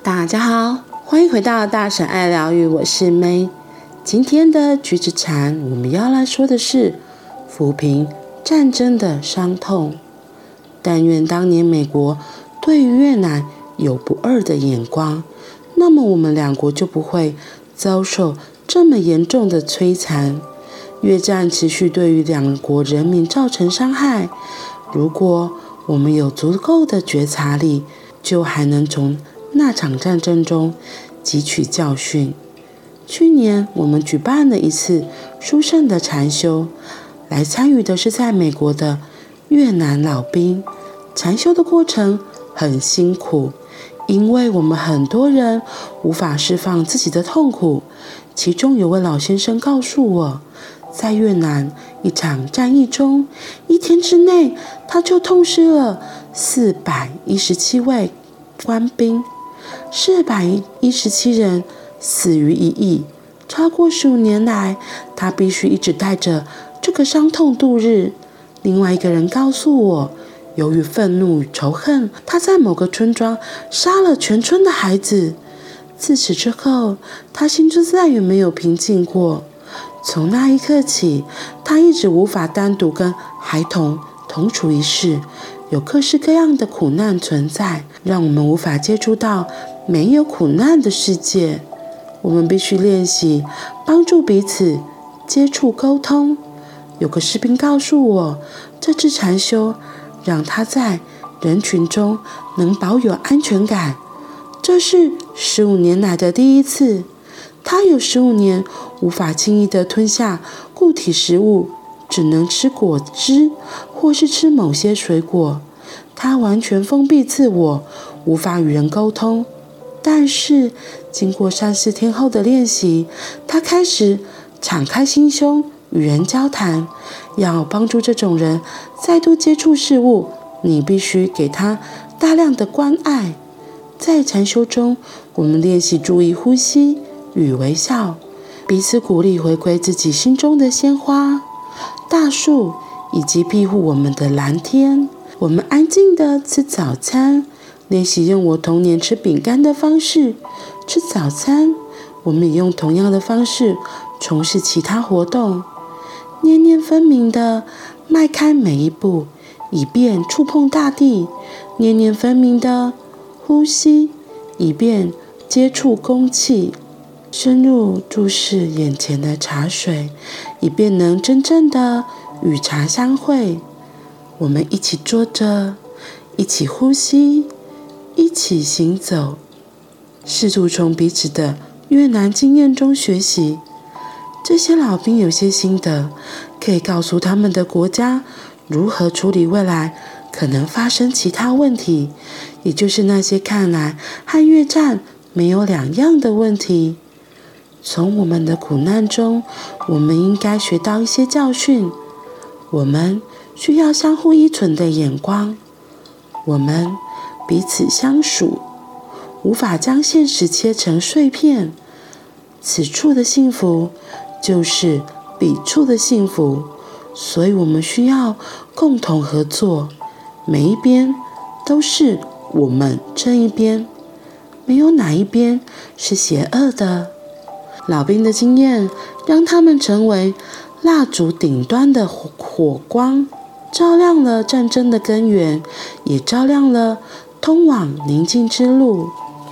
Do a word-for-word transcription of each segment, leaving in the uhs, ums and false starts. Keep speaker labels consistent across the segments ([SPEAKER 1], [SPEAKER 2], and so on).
[SPEAKER 1] 大家好，欢迎回到大婶爱疗愈，我是 May。今天的橘子禅，我们要来说的是抚平战争的伤痛。但愿当年美国对于越南有不二的眼光，那么我们两国就不会遭受这么严重的摧残。越战持续对于两国人民造成伤害，如果我们有足够的觉察力，就还能从那场战争中汲取教训。去年我们举办了一次殊胜的禅修，来参与的是在美国的越南老兵。禅修的过程很辛苦，因为我们很多人无法释放自己的痛苦。其中有位老先生告诉我，在越南一场战役中，一天之内他就痛失了四百一十七位官兵，四百一十七人死于一役。超过十五年来，他必须一直带着这个伤痛度日。另外一个人告诉我，由于愤怒与仇恨，他在某个村庄杀了全村的孩子。自此之后，他心中再也没有平静过。从那一刻起，他一直无法单独跟孩童同处一室，有各式各样的苦难存在，让我们无法接触到没有苦难的世界。我们必须练习帮助彼此接触沟通。有个士兵告诉我，这次禅修让他在人群中能保有安全感，这是十五年来的第一次。他有十五年无法轻易地吞下固体食物，只能吃果汁或是吃某些水果。他完全封闭自我，无法与人沟通。但是经过三四天后的练习，他开始敞开心胸与人交谈。要帮助这种人再度接触事物，你必须给他大量的关爱。在禅修中，我们练习注意呼吸与微笑，彼此鼓励回归自己心中的鲜花、大树以及庇护我们的蓝天。我们安静地吃早餐，练习用我童年吃饼干的方式吃早餐。我们也用同样的方式从事其他活动，念念分明地迈开每一步，以便触碰大地；念念分明地呼吸，以便接触空气；深入注视眼前的茶水，以便能真正的与茶相会。我们一起坐着，一起呼吸，一起行走，试图从彼此的越南经验中学习。这些老兵有些心得，可以告诉他们的国家如何处理未来可能发生其他问题，也就是那些看来和越战没有两样的问题。从我们的苦难中，我们应该学到一些教训。我们需要相互依存的眼光，我们彼此相属，无法将现实切成碎片。此处的幸福就是彼处的幸福，所以我们需要共同合作，每一边都是我们这一边，没有哪一边是邪恶的。老兵的经验让他们成为蜡烛顶端的火光，照亮了战争的根源，也照亮了通往宁静之路。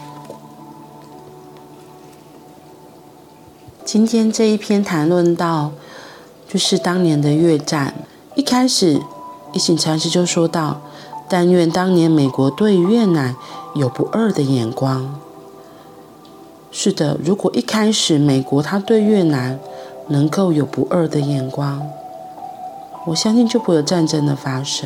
[SPEAKER 1] 今天这一篇谈论到就是当年的越战。一开始一行禅师就说到，但愿当年美国对越南有不二的眼光。是的，如果一开始美国他对越南能够有不二的眼光，我相信就不会有战争的发生。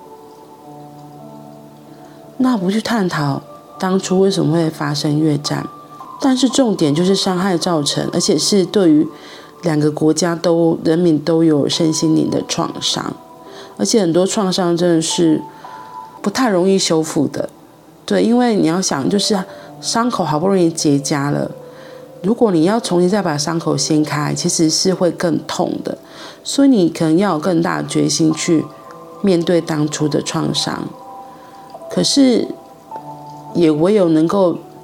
[SPEAKER 1] 那不去探讨当初为什么会发生越战，但是重点就是伤害造成，而且是对于两个国家都人民都有身心灵的创伤，而且很多创伤真的是不太容易修复的。对，因为你要想，就是伤口好不容易结痂了，如果你要重新再把伤口掀开，其实是会更痛的。所以你可能要有更大的决心去面对当初的创伤。可是也唯有能够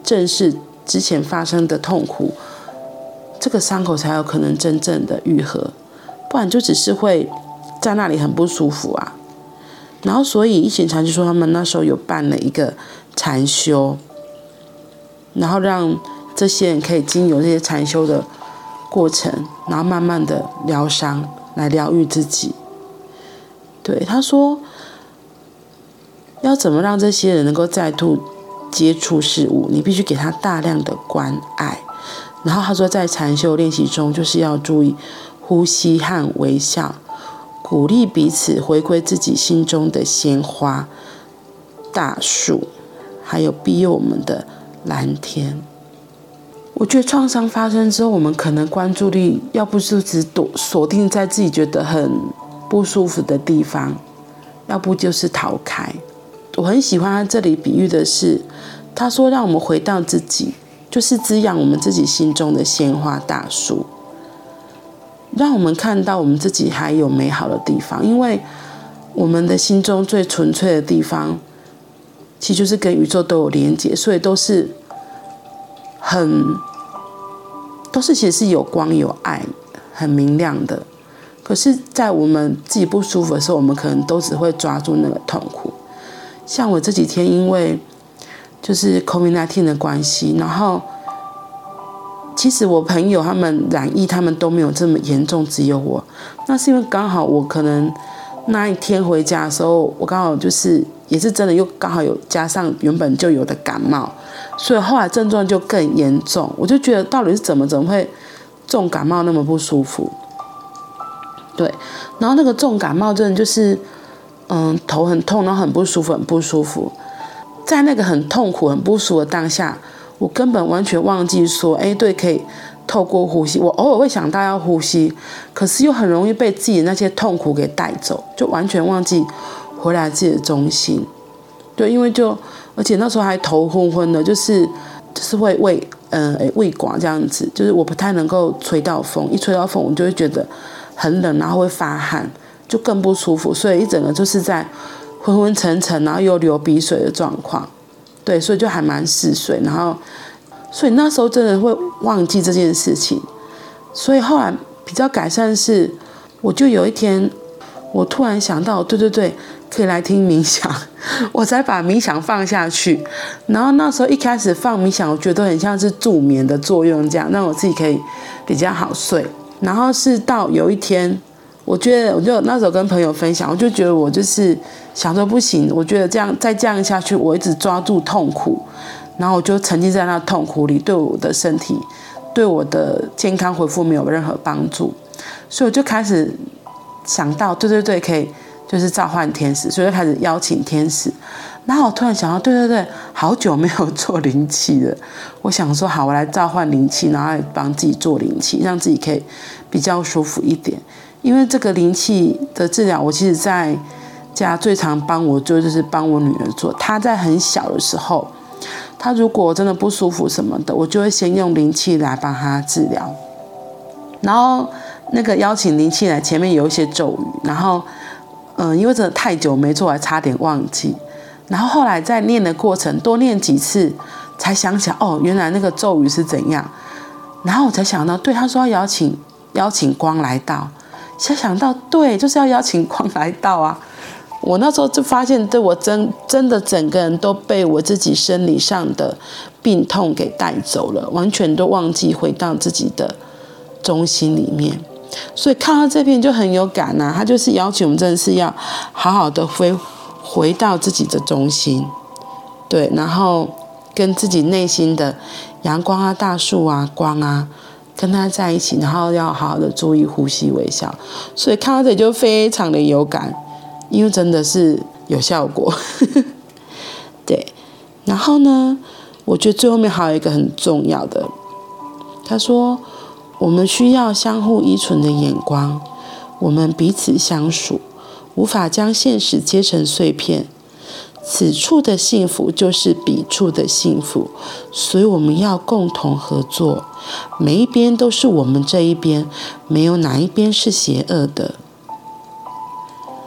[SPEAKER 1] 正视之前发生的痛苦，这个伤口才有可能真正的愈合，不然就只是会在那里很不舒服啊。然后所以一行禅就说他们那时候有办了一个禅修，然后让这些人可以经由这些禅修的过程，然后慢慢的疗伤，来疗愈自己。对，他说要怎么让这些人能够再度接触事物，你必须给他大量的关爱。然后他说在禅修练习中，就是要注意呼吸和微笑，鼓励彼此回归自己心中的鲜花、大树，还有庇佑我们的蓝天。我觉得创伤发生之后，我们可能关注力要不就只锁定在自己觉得很不舒服的地方，要不就是逃开。我很喜欢他这里比喻的是，他说让我们回到自己，就是滋养我们自己心中的鲜花大树，让我们看到我们自己还有美好的地方。因为我们的心中最纯粹的地方，其实就是跟宇宙都有连结，所以都是很都是其实是有光有爱，很明亮的。可是在我们自己不舒服的时候，我们可能都只会抓住那个痛苦。像我这几天因为就是 COVID 十九 的关系，然后其实我朋友他们染疫他们都没有这么严重，只有我。那是因为刚好我可能那一天回家的时候，我刚好就是也是真的又刚好有加上原本就有的感冒，所以后来症状就更严重。我就觉得到底是怎么怎么会重感冒那么不舒服？对，然后那个重感冒真的就是嗯头很痛，然后很不舒服很不舒服。在那个很痛苦很不舒服的当下，我根本完全忘记说哎对，可以透过呼吸。我偶尔会想到要呼吸，可是又很容易被自己的那些痛苦给带走，就完全忘记回来自己的中心。对，因为就而且那时候还头昏昏的，就是就是会胃呃胃寡这样子，就是我不太能够吹到风，一吹到风我就会觉得很冷，然后会发汗，就更不舒服，所以一整个就是在昏昏沉沉，然后又流鼻水的状况。对，所以就还蛮嗜睡，然后所以那时候真的会忘记这件事情。所以后来比较改善是，我就有一天我突然想到对对对可以来听冥想，我才把冥想放下去。然后那时候一开始放冥想，我觉得很像是助眠的作用这样，让我自己可以比较好睡。然后是到有一天，我觉得我就那时候跟朋友分享，我就觉得我就是想说不行，我觉得这样再这样下去，我一直抓住痛苦，然后我就沉浸在那痛苦里，对我的身体对我的健康恢复没有任何帮助。所以我就开始想到对对对可以就是召唤天使，所以就开始邀请天使。然后我突然想到对对对好久没有做灵气了，我想说好，我来召唤灵气，然后来帮自己做灵气，让自己可以比较舒服一点。因为这个灵气的治疗，我其实在家最常帮我做就是帮我女儿做。她在很小的时候，她如果真的不舒服什么的，我就会先用灵气来帮她治疗。然后那个邀请灵气来前面有一些咒语，然后嗯，因为真的太久没做，还差点忘记。然后后来在念的过程多念几次，才想起来哦，原来那个咒语是怎样。然后我才想到，对，他说要邀请邀请光来到，才想到对，就是要邀请光来到啊。我那时候就发现，对我真真的整个人都被我自己生理上的病痛给带走了，完全都忘记回到自己的中心里面。所以看到这篇就很有感啊，他就是邀请我们真的是要好好的回回到自己的中心，对，然后跟自己内心的阳光啊、大树啊、光啊，跟他在一起，然后要好好的注意呼吸、微笑。所以看到这里就非常的有感，因为真的是有效果。对，然后呢，我觉得最后面还有一个很重要的，他说我们需要相互依存的眼光，我们彼此相属，无法将现实切成碎片。此处的幸福就是彼处的幸福，所以我们要共同合作，每一边都是我们这一边，没有哪一边是邪恶的。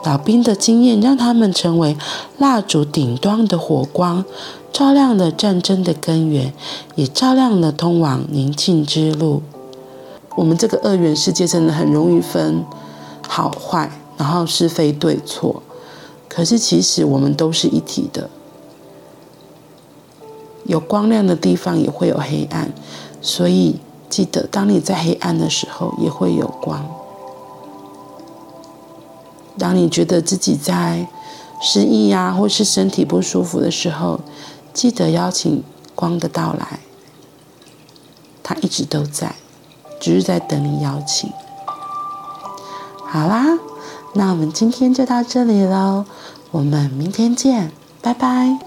[SPEAKER 1] 老兵的经验让他们成为蜡烛顶端的火光，照亮了战争的根源，也照亮了通往宁静之路。我们这个二元世界真的很容易分好坏，然后是非对错，可是其实我们都是一体的，有光亮的地方也会有黑暗，所以记得当你在黑暗的时候也会有光。当你觉得自己在失忆啊，或是身体不舒服的时候，记得邀请光的到来，它一直都在，只是在等你邀请。好啦，那我们今天就到这里咯，我们明天见，拜拜。